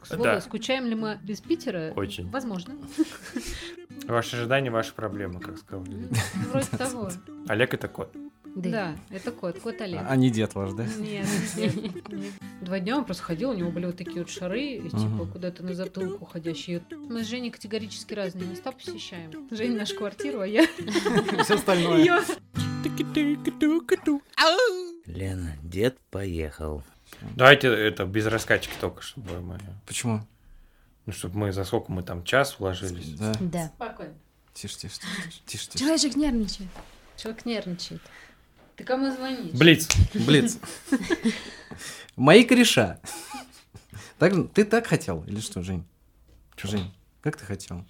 К слову, скучаем ли мы без Питера? Очень. Возможно. Ваши ожидания, ваши проблемы, как сказал. Вроде того. Олег — это кот. Да, это кот Олег. А не дед ваш, да? Нет. 2 дня он просто ходил, у него были вот такие вот шары, типа куда-то на затылку ходящие. Мы с Женей категорически разные места посещаем. Женя нашу квартиру, а я... Все остальное. Лена, дед поехал. Давайте это без раскачки только, чтобы мы... Почему? Ну, чтобы мы за сколько мы там час уложились. Да. Спокойно. Тише. Человечек нервничает. Человек нервничает. Ты кому звонишь? Блиц. Мои кореша. Ты так хотел? Или что, Жень? Жень, как ты хотел?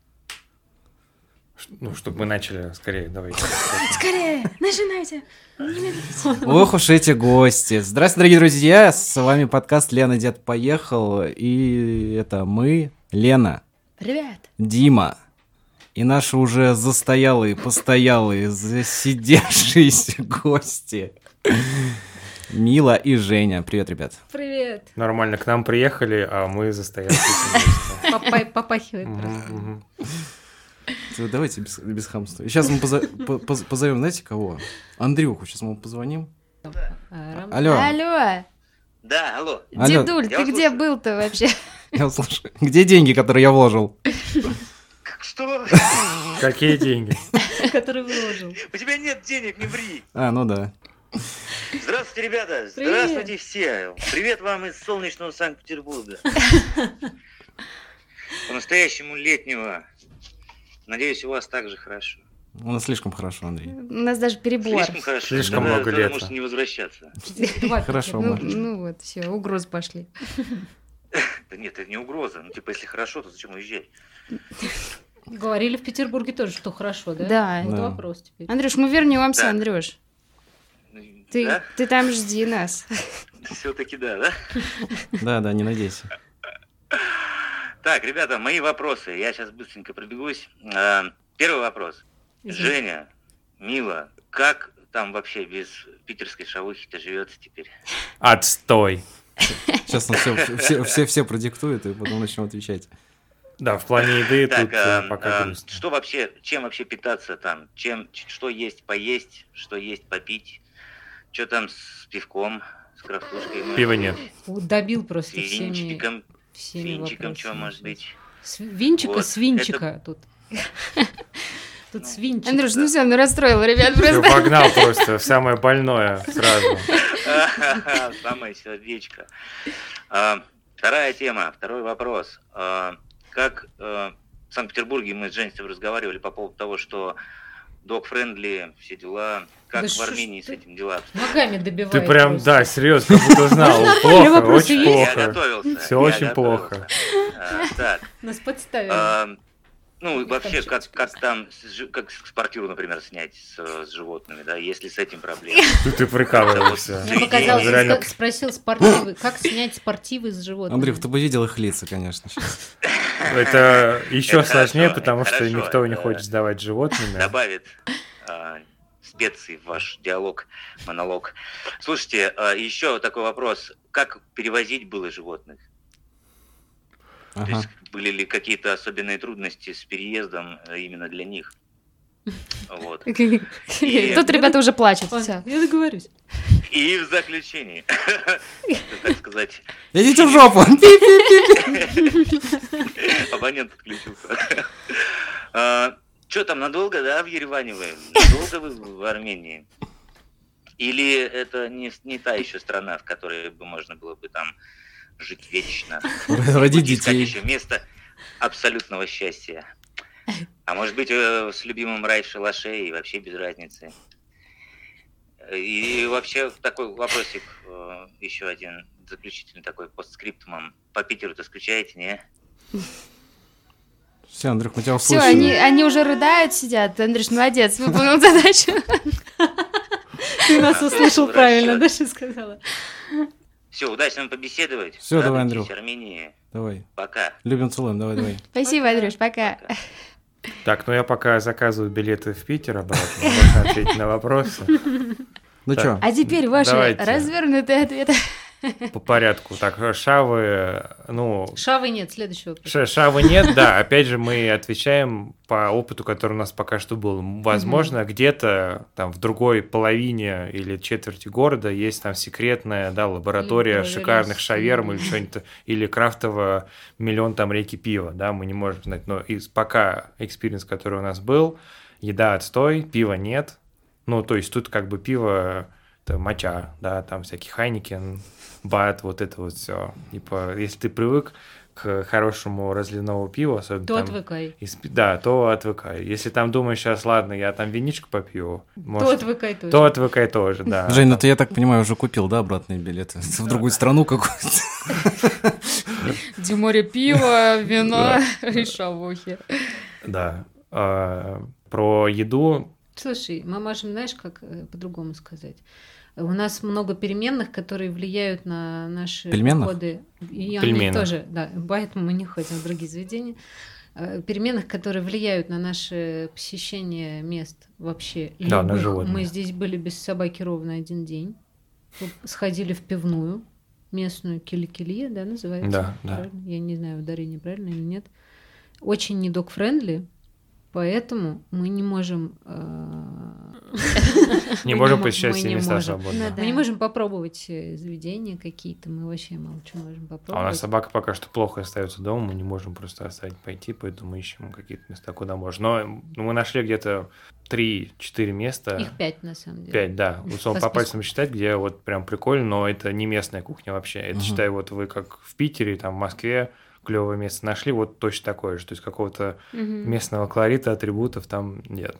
Ну, чтобы мы начали скорее, давайте. Скорее, начинайте. Ох уж эти гости. Здравствуйте, дорогие друзья. С вами подкаст «Лена, дед поехал». И это мы, Лена. Привет. Дима. И наши уже застоялые, постоялые, засидевшиеся гости. Мила и Женя. Привет, ребят. Привет. Нормально, к нам приехали, а мы застоялись. Попахивает просто. Давайте без хамства. Сейчас мы позовем, знаете, кого? Андрюху. Сейчас мы позвоним. Алло. Да, алло. Дедуль, ты где был-то вообще? Я услышал. Где деньги, которые я вложил? Что? Какие деньги? Который вложил. У тебя нет денег, не ври. Ну да. Здравствуйте, ребята. Привет. Здравствуйте все. Привет вам из солнечного Санкт-Петербурга. По-настоящему летнего. Надеюсь, у вас так же хорошо. У нас слишком хорошо, Андрей. У нас даже перебор. Слишком хорошо. Слишком Тогда много лета. можете не возвращаться. Хорошо, Ну вот, все, угрозы пошли. Да нет, это не угроза. Ну, типа, если хорошо, то зачем уезжать? Говорили в Петербурге тоже, что хорошо, да? Да. Вот Да. вопрос теперь. Андрюш, мы вернемся, Да. Андрюш. Да? Ты там жди нас. Все-таки да? Да, не надейся. Так, ребята, мои вопросы. Я сейчас быстренько пробегусь. Первый вопрос. Женя, Мила, как там вообще без питерской шавухи-то живется теперь? Отстой. Сейчас он все продиктует, и потом начнем отвечать. Да, в плане еды Так, тут пока грустно. чем вообще питаться там? Что есть поесть, что есть попить? Что там с пивком, с крафтушкой? Пива нет. Добил С просто винчиком, всеми вопросами. что может быть? Винчика, Вот, свинчика тут. Тут свинчик. Андрюш, ну все, расстроил, ребят, Всё, просто. погнал просто в самое больное сразу. Самое сердечко. Вторая тема, второй вопрос. Как в Санкт-Петербурге мы с Женей разговаривали по поводу того, что dog-friendly, все дела. Как Да в шо ж Армении с ты? этим дела? Ногами добивает. Ты прям, просто. да, серьезно, как будто знал. Нормальные Плохо, вопросы очень есть? Я плохо. готовился. Все я очень готовился. плохо. Так. Нас подставили. Ну, вообще, там как там, как квартиру, например, снять с животными, да, если с этим проблемы. Ты прикалываешься. Мне показалось, Это реально- ты спросил спортивы. Как снять спортивы с животными? Андрюх, ты бы видел их лица, конечно, сейчас. Это еще Это сложнее, хорошо, потому это что хорошо, никто не это хочет сдавать животными. Добавит специй в ваш диалог, монолог. Слушайте, еще такой вопрос. Как перевозить было животных? То Ага. есть были ли какие-то особенные трудности с переездом именно для них? Вот. Тут ребята уже плачут. Все. Я договорюсь. И в заключении, так сказать, Идите в жопу! абонент отключился. Что там, надолго, да, в Ереване вы? Надолго вы в Армении? Или это не та еще страна, в которой бы можно было бы там жить вечно? Родить Искать детей. еще место абсолютного счастья. А может быть, с любимым рай в шалаше и вообще без разницы. И вообще такой вопросик, еще один заключительный такой постскриптумом. По Питеру-то скучаете, не? Все, Андрюх, мы тебя Все, услышали. они уже рыдают, сидят. Андрюш, молодец, выполнил задачу. Ты нас услышал Расчёт. правильно, Даша сказала. Все, удачно вам побеседовать. Всё, давай, Радуйтесь Андрюх. Армении. Давай. Пока. Любим, целуем, давай. Спасибо, Андрюш, пока. Так, ну я пока заказываю билеты в Питер обратно, можно ответить на вопросы. Ну Так. чё? А теперь ваши Давайте. развернутые ответы. по порядку. Так, шавы, Шавы нет, следующий вопрос. Шавы нет, да. Опять же, мы отвечаем по опыту, который у нас пока что был. Возможно, где-то там в другой половине или четверти города есть там секретная, да, лаборатория шикарных шаверм или что-нибудь, или крафтового миллион там реки пива, да, мы не можем знать. Но пока экспириенс, который у нас был, еда отстой, пива нет. Ну, то есть тут как бы пиво, это моча, да, там всякий Хайникен, Бад, вот это вот все. Типа, если ты привык к хорошему разливному пиву, особенно То там, отвыкай. Да, то отвыкай. Если там думаешь, сейчас, ладно, я там виничку попью, может, То отвыкай тоже. то отвыкай тоже, да. Жень, ну ты, я так понимаю, уже купил, да, обратные билеты в другую страну какую-то? Где море пива, вина и шавухи. Да. Про еду. Слушай, мы можем, знаешь, как по-другому сказать? У нас много переменных, которые влияют на наши ходы. И они тоже, да, поэтому мы не ходим в другие заведения. Переменных, которые влияют на наше посещение мест вообще. Да, на животных. Мы здесь были без собаки ровно 1 день. Сходили в пивную, местную Кили-Кили, да, называется? Да. Я не знаю, ударение правильно или нет. Очень не dog-friendly. Поэтому мы не можем... Не можем посещать все места свободно. Мы не можем попробовать заведения какие-то, мы вообще мало чего можем попробовать. А у нас собака пока что плохо остается дома, мы не можем просто оставить пойти, поэтому мы ищем какие-то места, куда можно. Но мы нашли где-то 3-4 места. Их 5, на самом деле. 5, да. Условно, по пальцам считать, где вот прям прикольно, но это не местная кухня вообще. Это, считай, вот вы как в Питере, там, в Москве, клевое место нашли, вот точно такое же. То есть какого-то местного колорита, атрибутов там нет.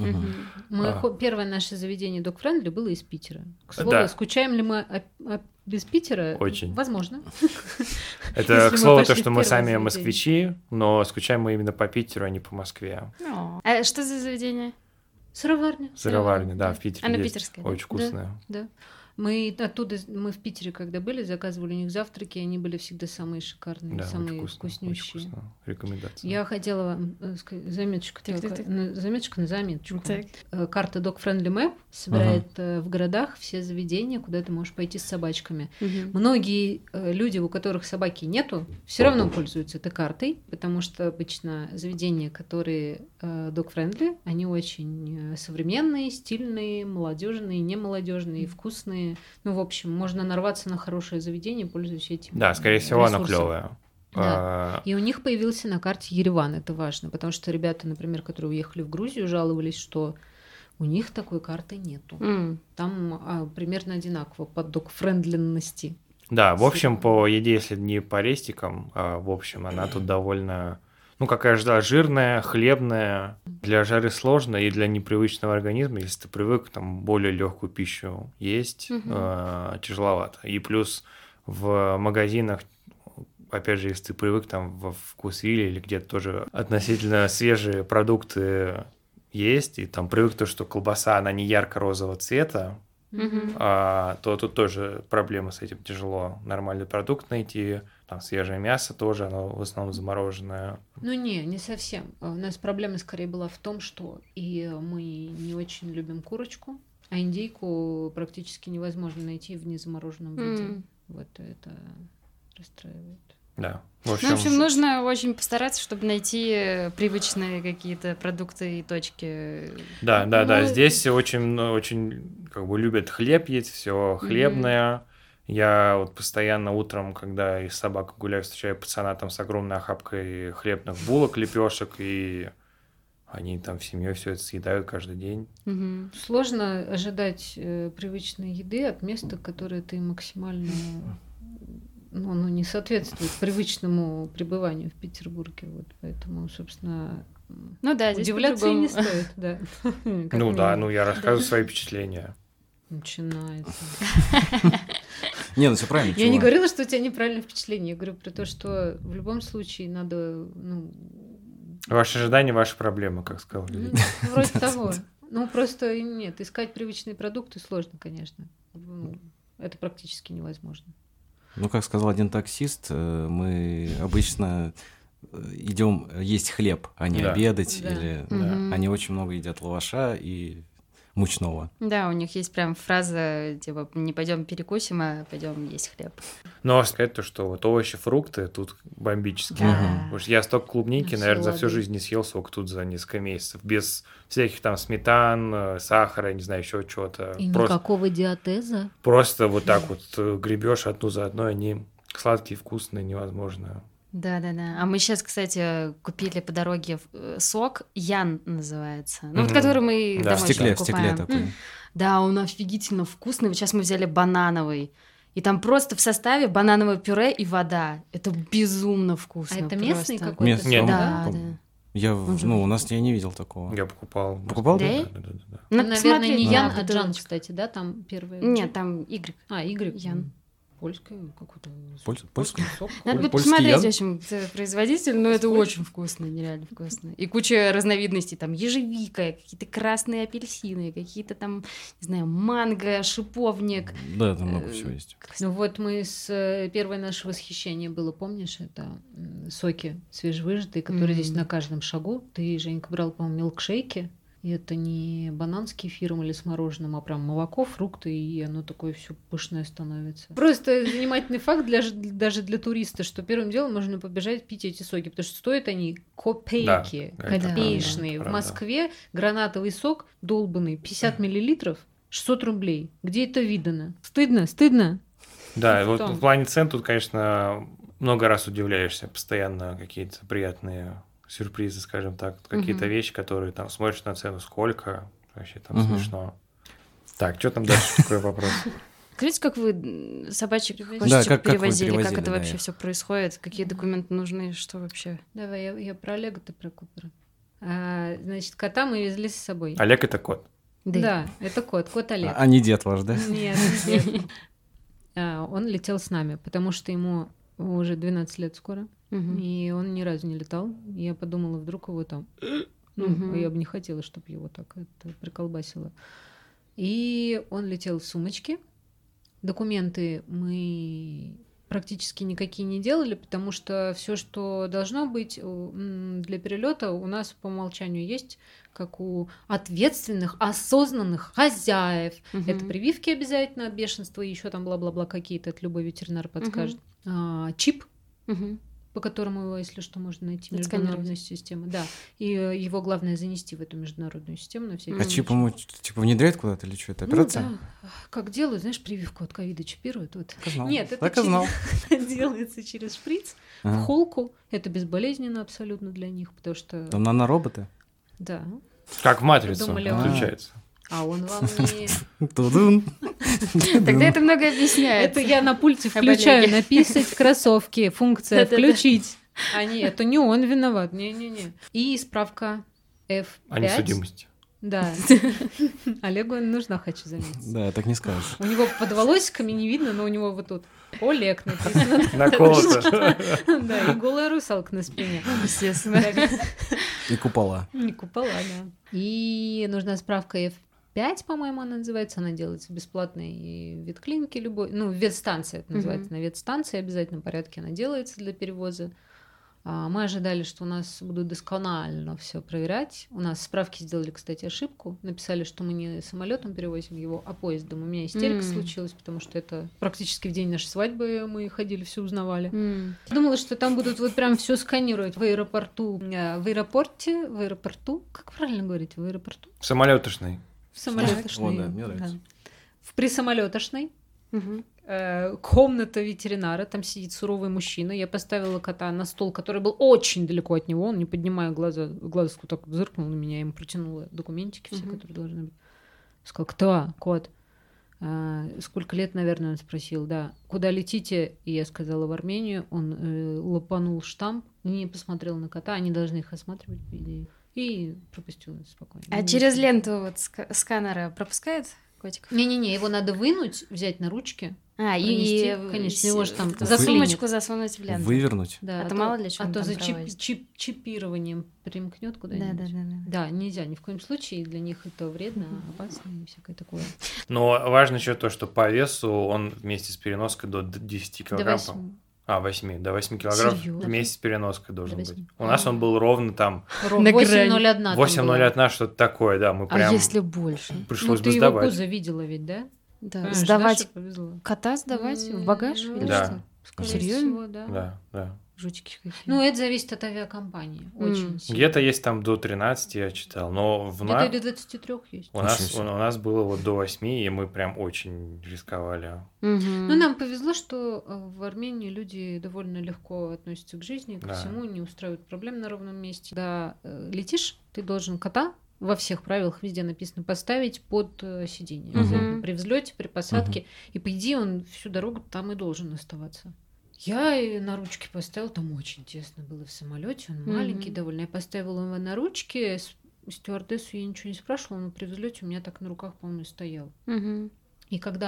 Первое наше заведение Dog Friendly было из Питера. К слову, скучаем ли мы без Питера? Очень. Возможно. Это, к слову, то, что мы сами москвичи, но скучаем мы именно по Питеру, а не по Москве. А что за заведение? Сыроварня. Сыроварня, да, в Питере. Она есть. питерская. Очень вкусная. Да. Мы в Питере, когда были, заказывали у них завтраки, они были всегда самые шикарные, да, самые вкуснющие. Очень вкусно. Рекомендация. Я хотела сказать, заметочку на заметочку. Карта Dog Friendly Map собирает в городах все заведения, куда ты можешь пойти с собачками. Многие люди, у которых собаки нету, все равно пользуются этой картой, потому что обычно заведения, которые Dog Friendly, они очень современные, стильные, молодежные, немолодежные, вкусные. Ну, в общем, можно нарваться на хорошее заведение, пользуясь этим. Да, скорее всего, ресурсом. оно клевое. Да. И у них появился на карте Ереван, это важно, потому что ребята, например, которые уехали в Грузию, жаловались, что у них такой карты нету. Там примерно одинаково по док-френдленности. Да, в общем, по еде, если не по рестикам, в общем, она тут довольно... Ну, как я ожидал, жирная, хлебная, для жары сложно и для непривычного организма, если ты привык там более легкую пищу есть, тяжеловато. И плюс в магазинах, опять же, если ты привык там в Вкусвилле или где-то тоже относительно свежие продукты есть, и там привык то, что колбаса, она не ярко-розового цвета, то тут тоже проблемы с этим, тяжело нормальный продукт найти. Там свежее мясо тоже, оно в основном замороженное. Ну не совсем. У нас проблема скорее была в том, что и мы не очень любим курочку, а индейку практически невозможно найти в незамороженном виде. Вот это расстраивает. Да. В общем, нужно очень постараться, чтобы найти привычные какие-то продукты и точки. Да. Здесь очень как бы любят хлеб есть, все хлебное. Я вот постоянно утром, когда из собак гуляю, встречаю пацана там с огромной охапкой хлебных булок, лепешек, и они там в семье все это съедают каждый день. Сложно ожидать привычной еды от места, которое ты максимально... оно не соответствует привычному пребыванию в Петербурге. Вот поэтому, собственно, удивляться и не стоит. Да. Я рассказываю свои впечатления. Начинается. Все правильно. Я не говорила, что у тебя неправильное впечатление. Я говорю про то, что в любом случае надо... Ваши ожидания, ваши проблемы, как сказал. Вроде того. Просто нет. Искать привычные продукты сложно, конечно. Это практически невозможно. Как сказал один таксист, мы обычно идем есть хлеб, а не обедать. Или... Они очень много едят лаваша и мучного. Да, у них есть прям фраза, типа, не пойдем перекусим, а пойдем есть хлеб. Но сказать то, что вот овощи, фрукты тут бомбические. Да. Потому что я столько клубники, наверное, за всю жизнь не съел, сколько тут за несколько месяцев. Без всяких там сметан, сахара, не знаю, еще чего-то. И никакого диатеза. Просто вот так вот гребешь одну за одной, они сладкие, вкусные, невозможно. Да-да-да. А мы сейчас, кстати, купили по дороге сок, Ян называется. Ну, вот который мы Да. домой В стекле покупаем. такой. Да, он офигительно вкусный. Вот сейчас мы взяли банановый. И там просто в составе банановое пюре и вода. Это безумно вкусно. А это просто. местный какой-то Местный. Нет, сок, Да, да? да. У нас я не видел такого. Я покупал. Покупал? Да? Да. Надо Наверное, посмотреть не на Ян, а Джан, бутылочку. кстати, да? Там первый. Нет, там Y. Y. Ян. Польское какой-то. Польский? сок. Надо будет Польский посмотреть, Ян? в общем, производитель, но это очень вкусно, нереально вкусно. И куча разновидностей, там ежевика, какие-то красные апельсины, какие-то там, не знаю, манго, шиповник. Да, там много всего есть. Ну вот мы первое наше восхищение было, помнишь, это соки свежевыжатые, которые здесь на каждом шагу. Ты, Женька, брал, по-моему, милкшейки. И это не банан с кефиром или с мороженым, а прям молоко, фрукты, и оно такое все пышное становится. Просто занимательный факт даже для туриста, что первым делом можно побежать пить эти соки, потому что стоят они копейки, Да, это копеечные. правда, В Москве гранатовый сок долбанный, 50 миллилитров, 600 рублей. Где это видано? Стыдно, стыдно. Да, Ну, вот что? в плане цен тут, конечно, много раз удивляешься, постоянно какие-то приятные сюрпризы, скажем так, какие-то вещи, которые там смотришь на цену, сколько, вообще там смешно. Так, что там дальше, какой вопрос? Скажите, как вы собачек, Да, кошечек как вы перевозили, как перевозили, это да, вообще я. все происходит, какие документы нужны, что вообще? Давай, я про Олега, ты про Купера. Значит, кота мы везли с собой. Олег — это кот. Да, это кот Олег. А не дед ваш, да? Нет, нет. Он летел с нами, потому что ему уже 12 лет скоро, и он ни разу не летал. И я подумала, вдруг его там... Я бы не хотела, чтобы его так это приколбасило. И он летел в сумочке. Документы мы практически никакие не делали, потому что все, что должно быть для перелета, у нас по умолчанию есть, как у ответственных, осознанных хозяев. Это прививки обязательно от бешенства, и еще там бла-бла-бла какие-то, это любой ветеринар подскажет. Чип, по которому его, если что, можно найти международную систему. Да. И его главное занести в эту международную систему на всякий А чип ему типа внедряют куда-то или что? Это операция? Ну, да. Как делают, знаешь, прививку от ковида чипируют. Вот. Так и знал. Нет, это Так и знал. делается через шприц в холку. Это безболезненно абсолютно для них, потому что... Там нанороботы? Да. Как в «Матрицу» Думали, включается. А он вам не... Тудун. Тогда это много объясняет. Это я на пульте включаю написать в кроссовке, функция включить. А нет, это не он виноват. Не-не-не. И справка F5. О несудимости. Да. Олегу нужна, хочу заметить. Да, так не скажешь. У него под волосиками не видно, но у него вот тут Олег написано. Наколото. Да, и голая русалка на спине. Естественно. И купола. Не купола, да. И нужна справка F5, по-моему, она называется. Она делается бесплатной и в ветклинике любой. Ну, ветстанция это называется. На ветстанции в обязательном порядке она делается для перевоза. Мы ожидали, что у нас будут досконально все проверять. У нас справки сделали, кстати, ошибку. Написали, что мы не самолетом перевозим его, а поездом. У меня истерика случилась, потому что это практически в день нашей свадьбы мы ходили, все узнавали. Думала, что там будут вот прям все сканировать в аэропорту. В аэропорту, как правильно говорить, в аэропорту? Самолетошный. В самолетошной. Да, мне нравится. В присамолетошной. Комната ветеринара, там сидит суровый мужчина. Я поставила кота на стол, который был очень далеко от него. Он, не поднимая глазку, так зыркнул на меня, я ему протянула документики все, которые должны быть. Сказал, кто? Кот. Сколько лет, наверное, он спросил, да. Куда летите? И я сказала, в Армению. Он лопанул штамп, не посмотрел на кота. Они должны их осматривать, по идее. И пропустил спокойно. А через ленту вот сканера пропускает котиков? Не-не-не, его надо вынуть, взять на ручки. И, конечно, его же там за сумочку засунуть в ленту. Вывернуть. Да, а то мало ли что а то там за проводит. чипированием примкнет куда-нибудь. Да. Да, нельзя, ни в коем случае. Для них это вредно, опасно и всякое такое. Но важно еще то, что по весу он вместе с переноской до 10 килограмм. До 8 килограмм Серьёзно? вместе с переноской должен До быть. 8. У нас он был ровно там На грани. 8,01. 8,01, что-то такое, да, мы прям... А если больше? Пришлось Ну, бы ты его сдавать. пузо видела ведь, да? Да. Понимаешь, Сдавать Даша повезло. кота сдавать в багаж? Ну, Или Да. что? Скорее Серьёзно? всего, да. Да. Жучки какие. Ну, это зависит от авиакомпании. Очень сильно. Где-то есть там до 13, я читал, но Где-то и до 23 есть. у нас было вот до 8, и мы прям очень рисковали. Мгм. Ну, нам повезло, что в Армении люди довольно легко относятся к жизни, ко Да. всему, не устраивают проблем на ровном месте. Когда летишь, ты должен кота во всех правилах везде написано поставить под сиденье. Мгм. При взлете, при посадке. И по идее он всю дорогу там и должен оставаться. Я и на ручки поставила, там очень тесно было в самолете, он маленький довольно. Я поставила его на ручки, стюардессу я ничего не спрашивала, но при взлете у меня так на руках, по-моему, стоял. Мгм. И когда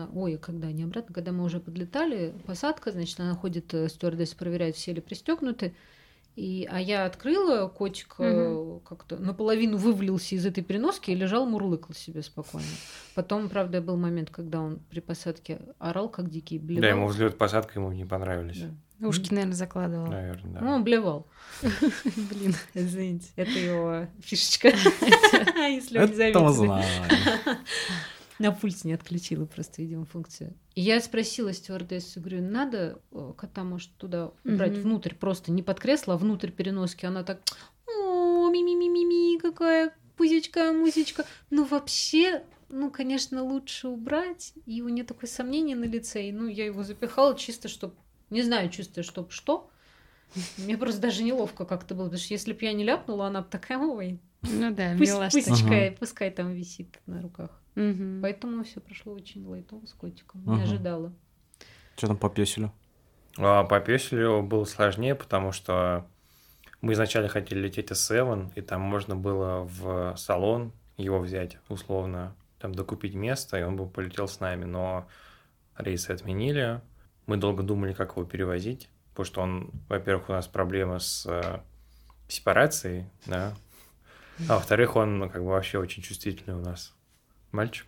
когда мы уже подлетали, посадка, значит, она ходит, стюардесса проверяет, все ли пристегнуты. А я открыла, котик как-то наполовину вывалился из этой переноски и лежал, мурлыкал себе спокойно. Потом, правда, был момент, когда он при посадке орал, как дикий, блевал. Да, ему взлет, посадка ему не понравились. Да. Ушки, наверное, закладывала. Наверное, да. Ну, он блевал. Блин. Извините, это его фишечка. Если вы не Это мы заметили. знаем. На пульте не отключила просто, видимо, функцию. И я спросила стюардессу, говорю, надо кота, может, туда убрать внутрь, просто не под кресло, а внутрь переноски. Она так, о, ми-ми-ми-ми-ми, какая пузечка, мусечка. Ну, вообще, конечно, лучше убрать. И у нее такое сомнение на лице. И, я его запихала чисто, чтобы, не знаю, чисто, чтобы что. Мне просто даже неловко как-то было, потому что если бы я не ляпнула, она бы такая, ой, Ну да, милашка. пусечка, пускай там висит на руках. Мгм. Поэтому все прошло очень лайтово с котиком. Мгм. Не ожидала. Что там по пёселю? По пёселю было сложнее, потому что мы изначально хотели лететь из Seven, и там можно было в салон его взять, условно, там докупить место, и он бы полетел с нами, но рейсы отменили. Мы долго думали, как его перевозить, потому что он, во-первых, у нас проблема с сепарацией, да, а во-вторых, он как бы вообще очень чувствительный у нас мальчик.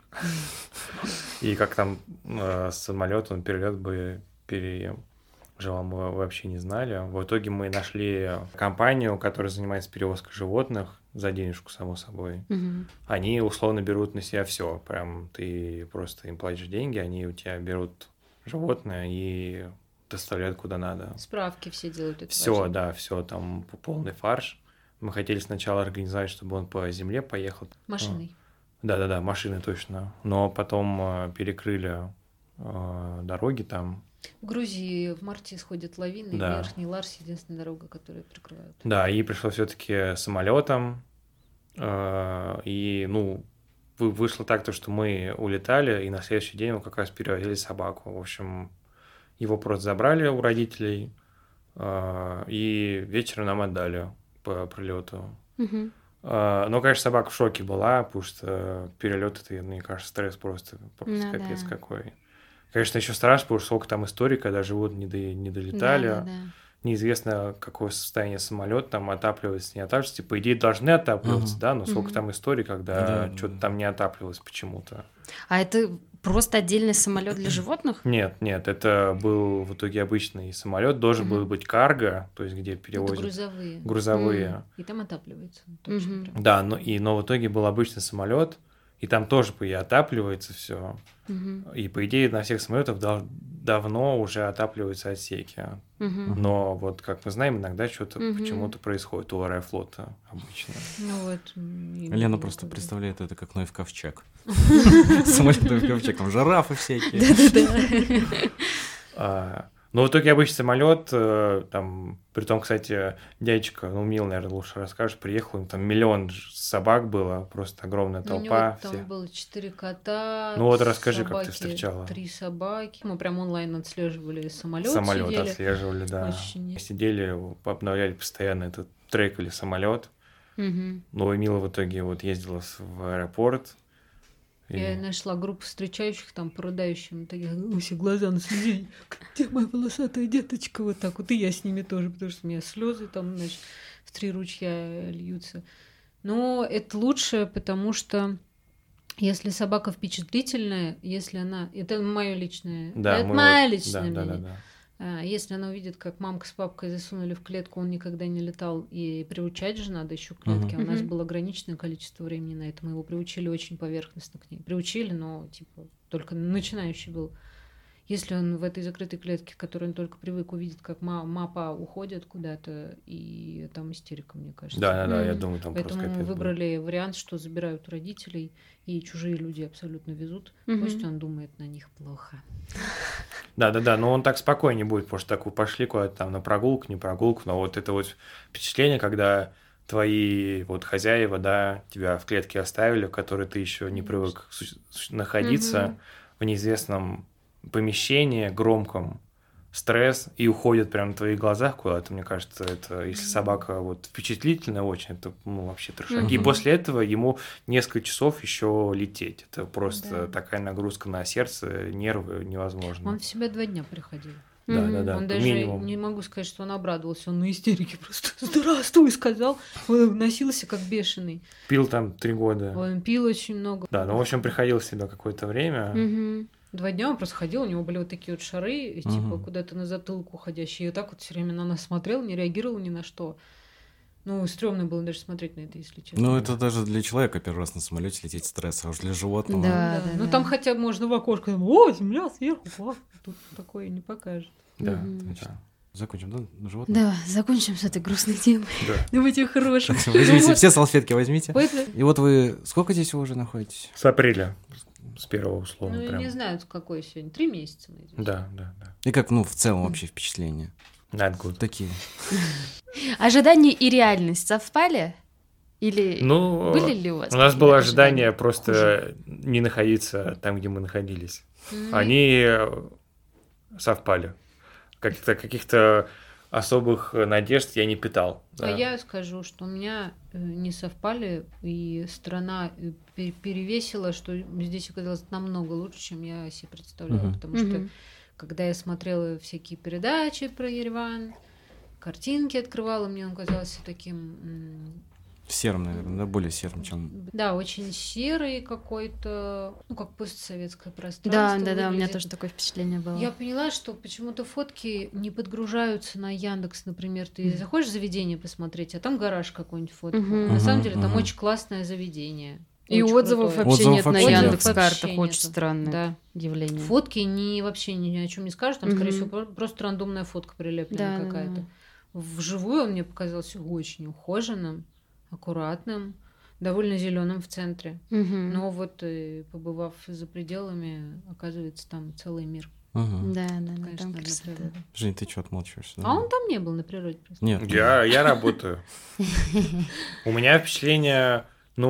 И как там самолет, он перелет бы переживал, мы вообще не знали. В итоге мы нашли компанию, которая занимается перевозкой животных за денежку, само собой. Мгм. Они условно берут на себя все. Прям ты просто им платишь деньги, они у тебя берут животное и доставляют куда надо. Справки все делают. Это Все, важно. да, все, там полный фарш. Мы хотели сначала организовать, чтобы он по земле поехал. Машиной. Да, машины точно. Но потом перекрыли дороги там. В Грузии в марте сходят лавины, Да. Верхний Ларс — единственная дорога, которую прикрывают. Да, и пришлось все-таки самолетом. И, вышло так, то, что мы улетали, и на следующий день мы как раз перевозили собаку. В общем, его просто забрали у родителей, и вечером нам отдали по прилету. Мгм. Но, конечно, собака в шоке была, потому что перелет это, мне кажется, стресс просто Ну капец да. какой. Конечно, еще страшно, потому что сколько там историй, когда животные не долетали. Да. Неизвестно, какое состояние самолет там отапливается, не отапливается. По идее, должны отапливаться, Мгм. да, но сколько Мгм. там историй, когда Да. что-то там не отапливалось почему-то. А это просто отдельный самолет для животных? Нет, это был в итоге обычный самолет, должен был быть карго, то есть где Это перевозят грузовые. грузовые. И там отапливается. Точно. Мгм. прям. Да, но в итоге был обычный самолет, и там тоже и отапливается все. Мгм. И по идее на всех самолетах давно уже отапливаются отсеки. Мгм. Но вот как мы знаем, иногда что-то Мгм. почему-то происходит у Аэрофлота обычно. Ну вот. и Лена было просто как бы. представляет это как Ноев ковчег. Самолет Ноев ковчег, там жирафы всякие. Но в итоге обычный самолет, там, при том, кстати, дядечка, Мил, наверное, лучше расскажешь, приехал, им там миллион собак было, просто огромная Ну, у толпа. него там все. было 4 кота. Ну вот расскажи, как ты собаки, встречала. 3 собаки. Мы прям онлайн отслеживали самолет. Самолет сидели. отслеживали, да. Очень- Сидели, обновляли постоянно этот трек или самолет. Мгм. Но Мила в итоге вот ездила в аэропорт. и- Я нашла группу встречающих там по рыдающим, таких, все глаза на слезы. Где моя волосатая деточка? Вот так вот. И я с ними тоже, потому что у меня слезы там, значит, в 3 ручья льются. Но это лучше, потому что если собака впечатлительная, если она... Это мое личное. Да, это мы мое вот- личное да, мнение. да. Если она увидит, как мамка с папкой засунули в клетку, он никогда не летал, и приучать же надо еще к клетке. У нас было ограниченное количество времени на это. Мы его приучили очень поверхностно к ней. Приучили, но типа только начинающий был. Если он в этой закрытой клетке, к которой он только привык, увидит, как мапа уходит куда-то, и там истерика, мне кажется. Да, я думаю, там Поэтому просто капец выбрали вариант, что забирают у родителей, и чужие люди абсолютно везут. Пусть он думает на них плохо. Да, но он так спокойнее будет, потому что так вы пошли куда-то там на прогулку, не прогулку, но вот это вот впечатление, когда твои вот хозяева, да, тебя в клетке оставили, в которой ты еще не привык находиться в неизвестном помещении, громком, стресс, и уходит прямо на твоих глазах куда-то, мне кажется, это, если собака вот впечатлительная очень, это вообще трешак. И после этого ему несколько часов еще лететь. Это просто такая нагрузка на сердце, нервы невозможно. Он в себя 2 дня приходил. Да. Он даже, не могу сказать, что он обрадовался, он на истерике просто «здравствуй» сказал, он носился как бешеный. Пил там 3 года. Он пил очень много. Да, в общем, приходил в себя какое-то время. 2 дня он просто ходил, у него были вот такие вот шары, типа куда-то на затылку уходящие, и вот так вот все время на нас смотрел, не реагировал ни на что. Ну, стрёмно было даже смотреть на это, если честно. Ну, это даже для человека первый раз на самолете лететь стресс, а уж для животного. Да. Ну, там хотя бы можно в окошко, земля сверху, классно, тут такое не покажет. Да. Закончим, да, животное? Да, закончим с этой грустной темой. Да. Давайте хорошим. Возьмите, все салфетки возьмите. И вот вы сколько здесь вы уже находитесь? С апреля. С первого условно. Ну, я не знаю, какой сегодня. 3 месяца, надеюсь. Да. И как, в целом вообще впечатления? Not good. Такие. Ожидания и реальность совпали? Или были ли у вас? У нас было ожидание просто не находиться там, где мы находились. Они совпали. Каких-то особых надежд я не питал. А я скажу, что у меня не совпали, и страна перевесила, что здесь оказалось намного лучше, чем я себе представляла. Потому что, когда я смотрела всякие передачи про Ереван, картинки открывала, мне он казался таким... Серым, наверное, да? Более серым, чем... Да, очень серый какой-то, как постсоветское пространство. Да, у меня тоже такое впечатление было. Я поняла, что почему-то фотки не подгружаются на Яндекс, например. Ты заходишь в заведение посмотреть, а там гараж какой-нибудь фотку. На самом деле там очень классное заведение. И очень отзывов крутое. вообще нет на Вообще нет. Яндекс.Картах. Вообще Очень нету. странное явление. Фотки вообще ни о чем не скажут, там, скорее всего, просто рандомная фотка прилеплена какая-то. Вживую он мне показался очень ухоженным, аккуратным, довольно зеленым в центре. Но вот побывав за пределами, оказывается, там целый мир. Да, Конечно, там на красота. природе. Жень, ты что отмалчиваешься? А он там не был на природе просто. Нет. Я работаю. У меня впечатление,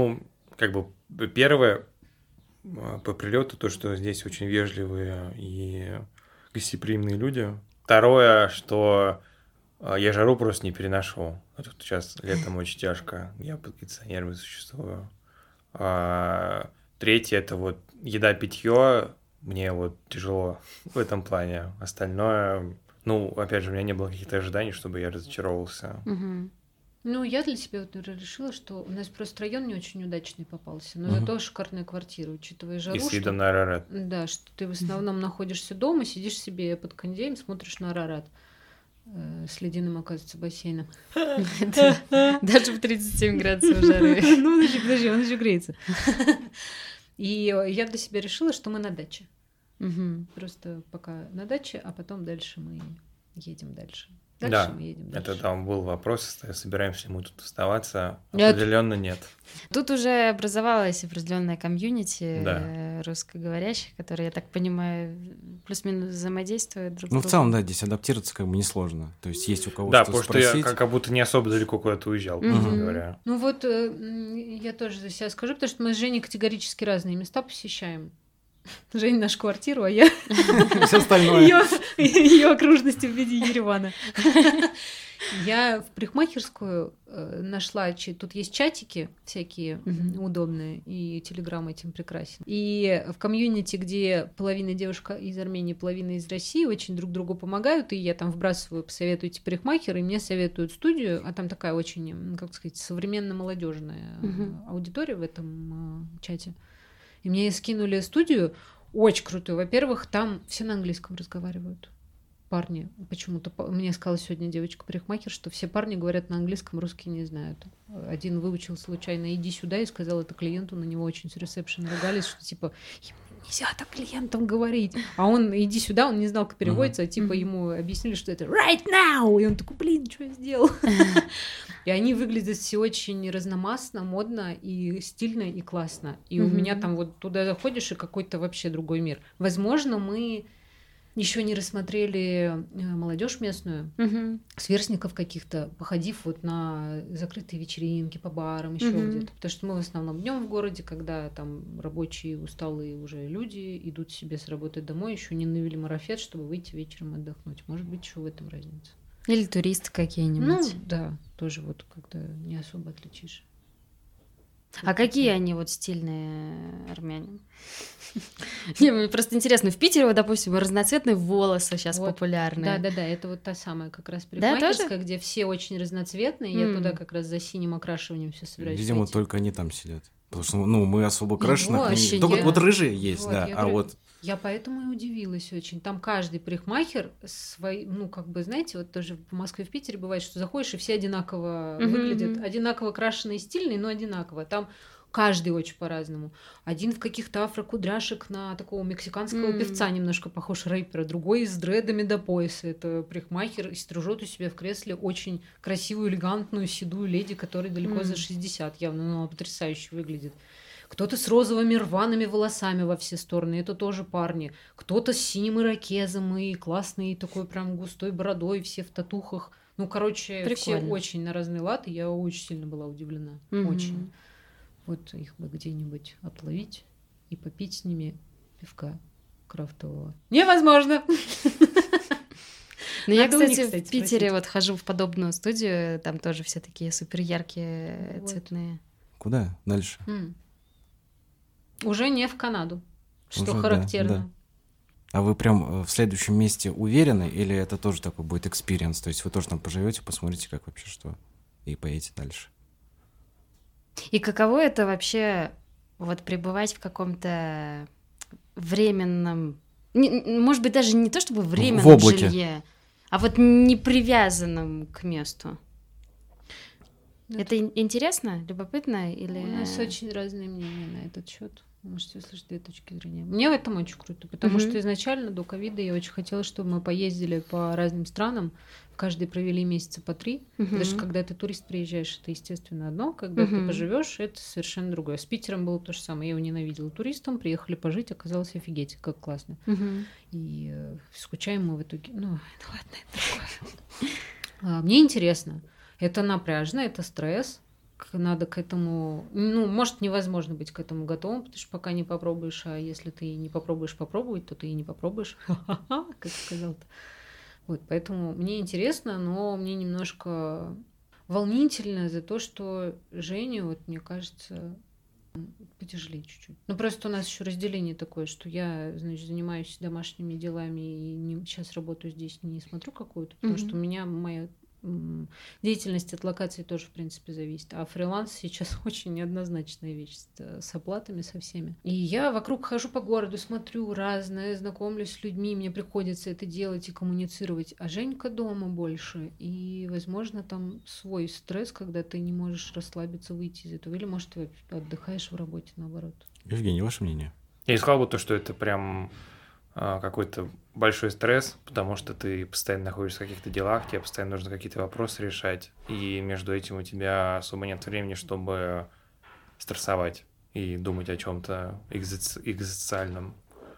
первое по прилету, то, что здесь очень вежливые и гостеприимные люди. Второе, что я жару просто не переношу. Вот сейчас летом очень тяжко. Я под кондиционерами существую. Третье – это вот еда, питье. Мне вот тяжело в этом плане. Остальное, опять же, у меня не было каких-то ожиданий, чтобы я разочаровался. Я для себя вот, например, решила, что у нас просто район не очень удачный попался, но зато шикарная квартира, учитывая жару. И с видом на Арарат. Да, что ты в основном находишься дома, сидишь себе под кондеем, смотришь на Арарат. С ледяным, оказывается, бассейном. Даже в 37 градусов жары. Подожди, он еще греется. И я для себя решила, что мы на даче. Просто пока на даче, а потом дальше мы едем дальше. Да, это там был вопрос, собираемся ли мы тут оставаться? Определенно нет. Тут уже образовалась определенная комьюнити русскоговорящих, которые, я так понимаю, плюс-минус взаимодействуют друг с другом. В целом, да, здесь адаптироваться есть сложно. То есть есть у кого что спросить. Да, потому что я как будто не особо далеко куда-то уезжал, говоря. Я тоже за себя скажу, потому что мы с Женей категорически разные места посещаем. Женя нашу квартиру, а я все остальное. Ее окружности в виде Еревана. Я в парикмахерскую нашла, тут есть чатики всякие удобные, и Телеграм этим прекрасен. И в комьюнити, где половина девушек из Армении, половина из России, очень друг другу помогают, и я там вбрасываю, посоветуйте парикмахера, и мне советуют студию, а там такая очень, современно-молодежная аудитория в этом чате. И мне скинули студию очень крутую. Во-первых, там все на английском разговаривают. парни почему-то... Мне сказала сегодня девочка-парикмахер, что все парни говорят на английском, русский не знают. Один выучил случайно «иди сюда» и сказал это клиенту, на него очень с ресепшена ругались, что типа нельзя так клиентам говорить. А он «иди сюда», он не знал, как переводится, а типа ему объяснили, что это «right now», и он такой «блин, что я сделал?» И они выглядят все очень разномастно, модно и стильно, и классно. И у меня там вот туда заходишь, и какой-то вообще другой мир. Возможно, мы еще не рассмотрели молодежь местную, сверстников каких-то, походив вот на закрытые вечеринки по барам, еще где-то. Потому что мы в основном днем в городе, когда там рабочие, усталые уже люди идут себе с работы домой, еще не навели марафет, чтобы выйти вечером отдохнуть. Может быть, еще в этом разница. Или туристы какие-нибудь. Ну, да, тоже вот когда не особо отличишь. А какие они вот стильные армяне? Не, мне просто интересно, в Питере, вот, допустим, разноцветные волосы сейчас популярны. Да, это вот та самая как раз парикмахерская, где все очень разноцветные, я туда как раз за синим окрашиванием все собираюсь. Видимо, только они там сидят. Потому что, мы особо крашеных... Только вот рыжие есть, да, а вот... Я поэтому и удивилась очень. Там каждый парикмахер свой, знаете, вот тоже в Москве, в Питере бывает, что заходишь, и все одинаково выглядят, одинаково крашеные, стильные, но одинаково. Там каждый очень по-разному. Один в каких-то афрокудряшек на такого мексиканского певца немножко похож, рэпера, другой с дредами до пояса. Это парикмахер и стрижет у себя в кресле очень красивую, элегантную, седую леди, которой далеко за 60 явно, но она потрясающе выглядит. Кто-то с розовыми рваными волосами во все стороны, это тоже парни. Кто-то с синим ирокезом и классной такой прям густой бородой, все в татухах. Прикольно. Все очень на разный лад, и я очень сильно была удивлена. Очень. Вот их бы где-нибудь отловить и попить с ними пивка крафтового. Невозможно! Ну, я, кстати, в Питере вот хожу в подобную студию, там тоже все такие супер яркие, цветные. Куда дальше? Уже не в Канаду, что характерно. Да. А вы прям в следующем месте уверены, или это тоже такой будет экспириенс? То есть вы тоже там поживете, посмотрите, как вообще что, и поедете дальше. И каково это вообще вот пребывать в каком-то временном, может быть, даже не то чтобы временном жилье, а вот не привязанном к месту? Это интересно, любопытно или... У нас очень разные мнения на этот счет. Можете услышать две точки зрения. Мне в этом очень круто, потому что изначально до ковида я очень хотела, чтобы мы поездили по разным странам, в каждой провели месяца по 3, потому что когда ты турист приезжаешь, это, естественно, одно, когда ты поживешь, это совершенно другое. С Питером было то же самое, я его ненавидела туристом, приехали пожить, оказалось офигеть, как классно. И скучаем мы в итоге, ладно, это другое. Мне интересно, это напряжно, это стресс, надо к этому, может, невозможно быть к этому готовым, потому что пока не попробуешь, а если ты не попробуешь попробовать, то ты и не попробуешь, как сказал-то. Вот, поэтому мне интересно, но мне немножко волнительно за то, что Женя, вот мне кажется, потяжелее чуть-чуть. Просто у нас еще разделение такое, что я, значит, занимаюсь домашними делами и сейчас работаю здесь, не смотрю какую-то, потому что у меня моя деятельность от локации тоже, в принципе, зависит. А фриланс сейчас очень неоднозначная вещь с оплатами, со всеми. И я вокруг хожу по городу, смотрю разное, знакомлюсь с людьми, мне приходится это делать и коммуницировать. А Женька дома больше. И, возможно, там свой стресс, когда ты не можешь расслабиться, выйти из этого. Или, может, ты отдыхаешь в работе, наоборот. Евгений, ваше мнение? Я сказал бы то, что это прям какой-то большой стресс, потому что ты постоянно находишься в каких-то делах, тебе постоянно нужно какие-то вопросы решать, и между этим у тебя особо нет времени, чтобы стрессовать и думать о чем-то экзистенциальном.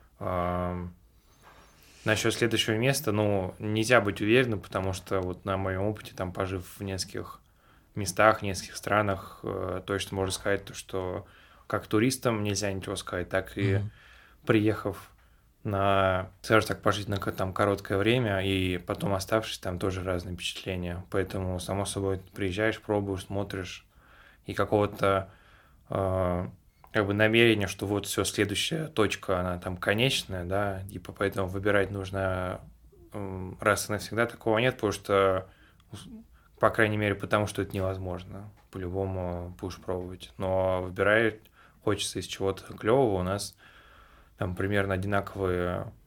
Насчет следующего места, нельзя быть уверенным, потому что вот на моем опыте, там, пожив в нескольких местах, в нескольких странах, точно можно сказать, то, что как туристам нельзя ничего сказать, так и приехав скажем так, пожить на там короткое время, и потом оставшись, там тоже разные впечатления. Поэтому, само собой, приезжаешь, пробуешь, смотришь, и какого-то намерения, что вот все, следующая точка, она там конечная, да, поэтому выбирать нужно раз и навсегда, такого нет, потому что, по крайней мере, потому что это невозможно. По-любому будешь пробовать. Но выбирать хочется из чего-то клевого. У нас там примерно одинаковые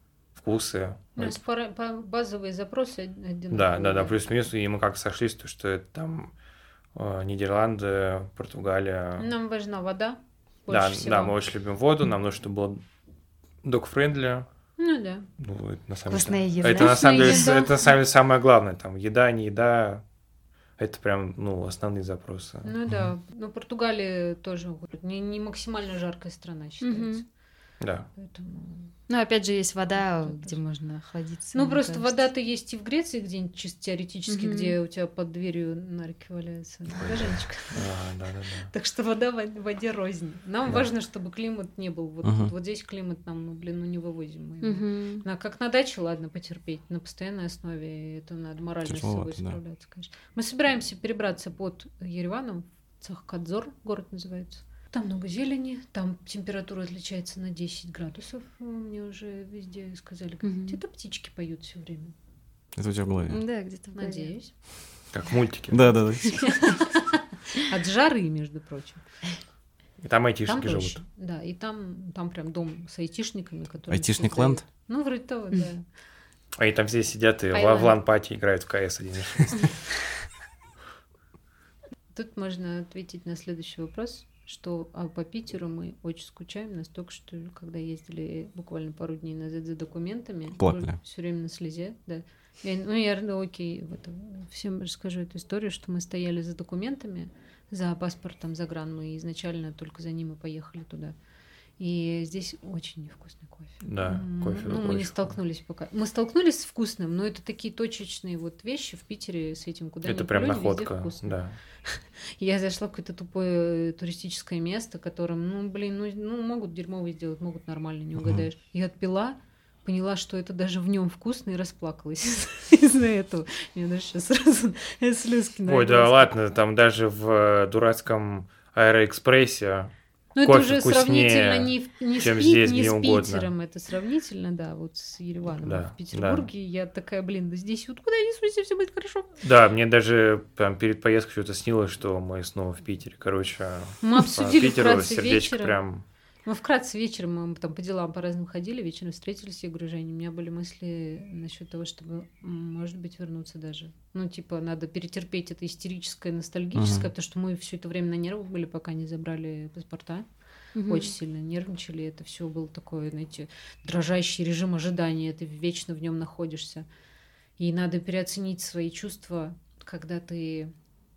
вкусы. Базовые запросы одинаковые. Да, плюс-минус, и мы как сошлись, то, что это там Нидерланды, Португалия. Нам важна вода. Да, мы очень любим воду, нам нужно, чтобы было dog-friendly. Ну да. Это на самом Вкусная деле. еда. Это на самом деле самое главное. Там еда, не еда. Это прям, основные запросы. Ну да. Но Португалия тоже не максимально жаркая страна считается. Да. Поэтому... Ну, опять же, есть вода, где можно охладиться. Ну, просто вода-то есть и в Греции где-нибудь чисто теоретически, где у тебя под дверью нарки валяются. Да, Женечка? Да. Так что вода в воде рознь. Нам важно, чтобы климат не был. Вот здесь климат нам, не вывозим. Как на даче, ладно, потерпеть. На постоянной основе это надо морально с собой справляться, конечно. Мы собираемся перебраться под Ереваном. Цахкадзор город называется. Там много зелени, там температура отличается на 10 градусов. Мне уже везде сказали, где-то птички поют все время. Это у тебя в голове? Да, где-то в голове. Надеюсь. Как в мультике. Да. От жары, между прочим. И там айтишники живут. Да, и там прям дом с айтишниками, которые... Айтишник-ленд? Ну, вроде того, да. И там все сидят и в лан-пати играют в КС 1.6. Тут можно ответить на следующий вопрос. Что по Питеру мы очень скучаем, настолько, что когда ездили буквально пару дней назад за документами, плакали. Все время на слезе, да. Всем расскажу эту историю, что мы стояли за документами, за паспортом, за гран, мы изначально только за ним и поехали туда. И здесь очень невкусный кофе. Да, кофе. Мы не столкнулись пока. Мы столкнулись с вкусным, но это такие точечные вещи в Питере с этим, куда это прям находка, да. Я зашла в какое-то тупое туристическое место, которым, могут дерьмовый сделать, могут нормально, не угадаешь. Я отпила, поняла, что это даже в нем вкусно, и расплакалась из-за этого. Мне даже сейчас сразу слезки на Ой, да ладно, там даже в дурацком Аэроэкспрессе это уже сравнительно не чем с здесь, не где с угодно. Питером, это сравнительно, да, вот с Ереваном. Да, в Петербурге я такая, здесь вот куда ни суйся, все будет хорошо. Да, мне даже перед поездкой что-то снилось, что мы снова в Питере. Короче, мы обсудили вкратце сердечко вечером. Прям... Мы вкратце вечером, мы там по делам по разным ходили, вечером встретились, я говорю, Женя, у меня были мысли насчет того, чтобы, может быть, вернуться даже. Надо перетерпеть это истерическое, ностальгическое, потому что мы все это время на нервах были, пока не забрали паспорта. Очень сильно нервничали, это все был такой, дрожащий режим ожидания, ты вечно в нем находишься. И надо переоценить свои чувства, когда ты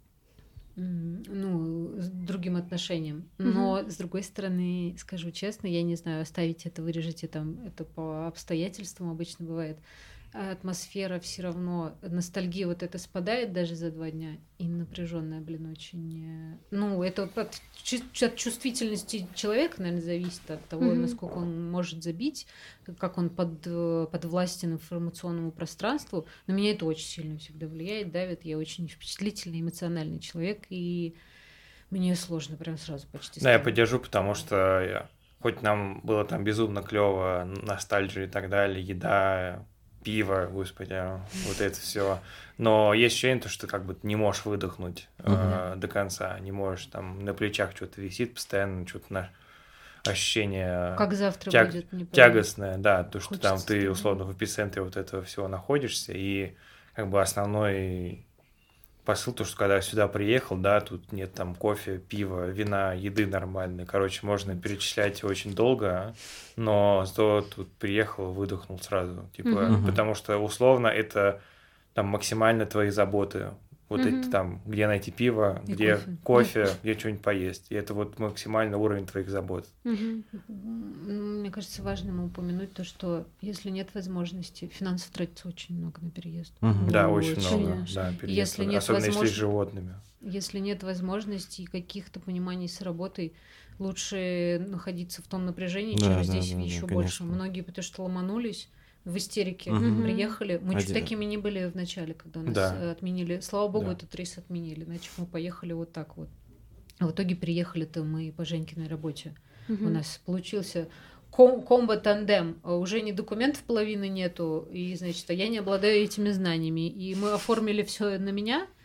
с другим отношением. Но, с другой стороны, скажу честно, я не знаю, оставить это, вырежете там, это по обстоятельствам обычно бывает. Атмосфера все равно, ностальгия вот это спадает даже за 2 дня, и напряженная, очень... это от чувствительности человека, наверное, зависит от того, насколько он может забить, как он подвластен информационному пространству. На меня это очень сильно всегда влияет, давит. Я очень впечатлительный, эмоциональный человек, и мне сложно прям сразу почти. Да, я поддержу, потому что хоть нам было там безумно клево, ностальгия и так далее, еда, пиво, господи, вот это все. Но есть ощущение, что ты не можешь выдохнуть до конца, не можешь, там на плечах что-то висит постоянно, что-то ощущение как завтра будет, не тягостное, да, то, что хочется там ты условно в эпицентре вот этого всего находишься, и основной посыл, то, что когда сюда приехал, да, тут нет там кофе, пива, вина, еды нормальной. Короче, можно перечислять очень долго, но зато тут приехал, выдохнул сразу. Потому что условно это там максимально твои заботы. Вот это там, где найти пиво, и где кофе, где что-нибудь поесть. И это вот максимальный уровень твоих забот. Мне кажется, важным упомянуть то, что если нет возможности, финансов тратится очень много на переезд. Да, очень много. Да, если нет особенно если с животными. Если нет возможностей каких-то пониманий с работой, лучше находиться в том напряжении, чем здесь еще больше. Многие потому что ломанулись, в истерике приехали. Мы чуть такими не были в начале, когда нас отменили. Слава богу, этот рейс отменили, иначе мы поехали вот так вот. А в итоге приехали-то мы по Женькиной работе. У нас получился комбо-тандем. Уже ни документов половины нету, и, значит, я не обладаю этими знаниями. И мы оформили все на меня.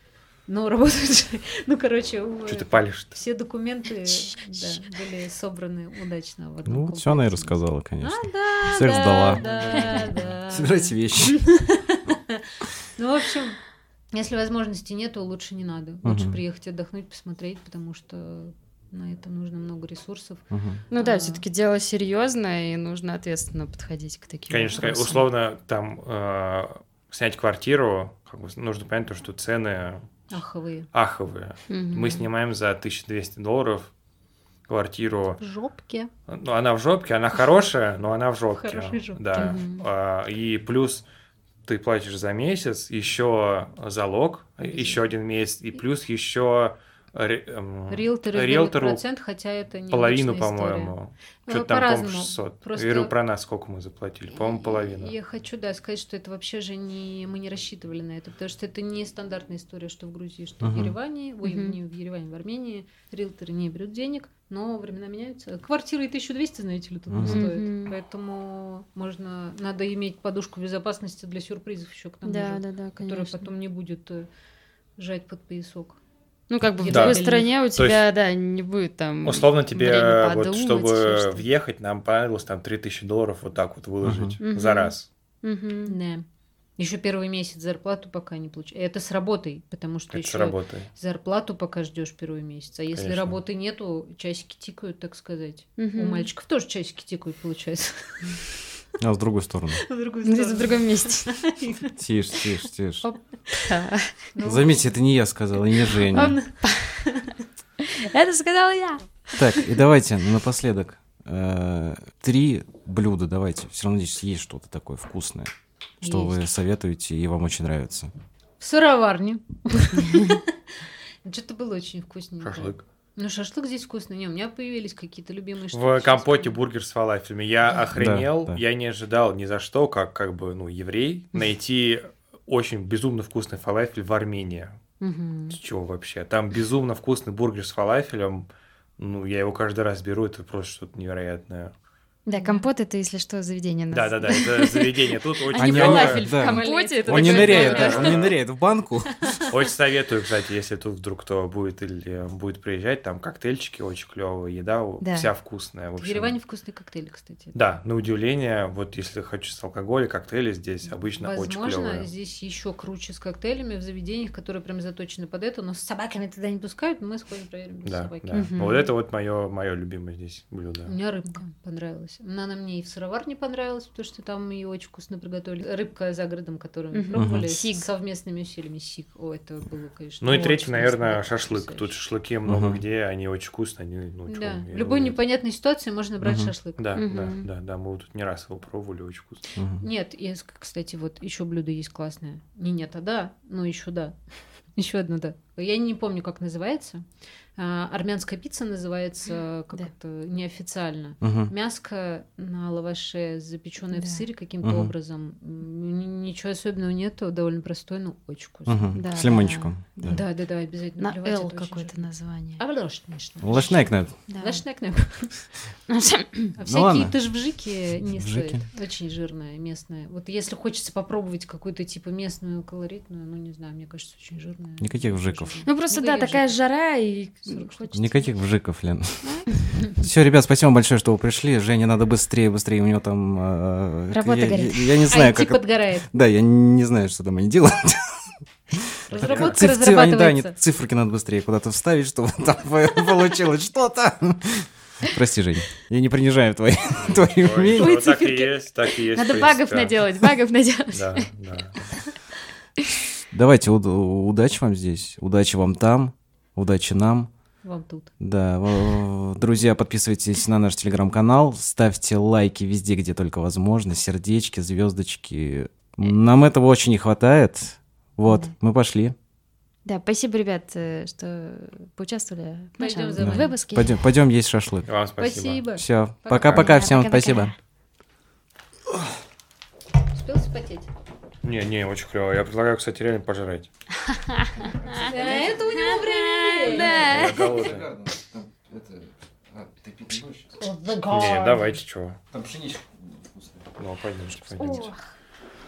но работают. Ну, короче, что ты палишь-то? Все документы были собраны удачно. Ну, все она и рассказала, конечно. Да, всех сдала. Да. Собирайте вещи. Ну, в общем, если возможности нет, то лучше не надо. Лучше приехать отдохнуть, посмотреть, потому что на это нужно много ресурсов. Ну да, все-таки дело серьезное, и нужно ответственно подходить к таким Конечно, вопросам. условно, там снять квартиру, нужно понять, что цены аховые. Мы снимаем за $1200 квартиру. В жопке. Ну, она в жопке, она хорошая, но она в жопке. Хорошей жопке. Да. И плюс ты платишь за месяц, еще залог, еще 1 месяц, и плюс еще риэлтору процент, хотя это не половину, по-моему. Что-то там, по-моему, 600. Просто... Я говорю про нас, сколько мы заплатили. По-моему, половину. Я хочу, сказать, что это вообще же мы не рассчитывали на это, потому что это не стандартная история, что в Грузии, что в Ереване, не в Ереване, в Армении риэлторы не берут денег, но времена меняются. Квартиры и 1200, знаете ли, тут не стоят. Поэтому надо иметь подушку безопасности для сюрпризов еще к тому же, которая потом не будет жать под поясок. Ну, как бы в другой стране у тебя, не будет там. Условно тебе, вот, чтобы въехать, нам понадобилось там $3000 вот так вот выложить за раз. Да. Еще первый месяц зарплату пока не получишь. Это с работой, потому что еще зарплату пока ждешь первый месяц. А если работы нету, часики тикают, так сказать. У мальчиков тоже часики тикают, получается. А в другую сторону. Где-то в другом месте. Тише. Заметьте, это не я сказала, и не Женя. Это сказала я. Так, и давайте напоследок 3 блюда, давайте. Все равно здесь есть что-то такое вкусное, что вы советуете и вам очень нравится. В сыроварне. Что-то было очень вкусненько. Шашлык. Ну, шашлык здесь вкусный. Не, у меня появились какие-то любимые штуки. В компоте бургер с фалафелями. Я охренел, я не ожидал ни за что, как еврей, найти очень безумно вкусный фалафель в Армении. С чего вообще? Там безумно вкусный бургер с фалафелем. Ну, я его каждый раз беру, это просто что-то невероятное. Да, компот — это, если что, заведение. Да, это заведение. Тут очень а не фалафель в компоте. Он не ныряет в банку. Очень советую, кстати, если тут вдруг кто будет приезжать, там коктейльчики очень клевые, еда вся вкусная. В Ереване вкусные коктейли, кстати. Да, на удивление, вот если хочешь с алкоголя, коктейли здесь обычно очень клевые. Возможно, здесь еще круче с коктейлями в заведениях, которые прям заточены под это, но с собаками туда не пускают, но мы сходим проверим без собаки. Да. Вот это вот мое любимое здесь блюдо. Мне рыбка понравилась. Она мне и в сыроварне понравилась, потому что там ее очень вкусно приготовили. Рыбка за городом, которую мы пробовали совместными усилиями. Сик. Это было, конечно. Ну и третий, наверное, шашлык. Тут шашлыки много где, они очень вкусные. В любой непонятной ситуации можно брать шашлык. Да, мы тут не раз его пробовали, очень вкусно. Нет, кстати, вот еще блюдо есть классное. Но еще да. Еще одно, да. Я не помню, как называется. Армянская пицца называется как-то неофициально. Мяско на лаваше, запеченное в сыре каким-то образом. Ничего особенного нету, довольно простой, но очень вкусно. С лимончиком. Да, обязательно. На «Л» какое-то название. Лашнайкнеп. Лашнайкнеп. А всякие тажвжики не стоят. Очень жирная, местная. Вот если хочется попробовать какую-то типа местную колоритную, не знаю, мне кажется, очень жирная. Никаких вжиков. Ну просто такая жара и никаких вжиков, Лен. Все, ребят, спасибо большое, что вы пришли. Жене надо быстрее, у него там... Работа горит. Я не знаю, как... подгорает. Да, я не знаю, что там они делают. Разработка разрабатывается. Циферки надо быстрее куда-то вставить, чтобы там получилось что-то. Прости, Жень, я не принижаю твои умения. Так и есть. Надо багов наделать. Да. Давайте, удачи вам здесь, удачи вам там, удачи нам. Вам тут. Да, друзья, подписывайтесь на наш телеграм-канал, ставьте лайки везде, где только возможно, сердечки, звездочки. Нам этого очень не хватает. Вот, мы пошли. Да, спасибо, ребят, что поучаствовали в нашем выпуске. Пойдем есть шашлык. Вам спасибо. Все, пока-пока, всем спасибо. Успел вспотеть? Не, очень клево. Я предлагаю, кстати, реально пожрать. Это у него времени. Да. Я голодный. Ты пить не будешь? Не, давайте, чего. Там пшеничка вкусная. Ну, пойдемте.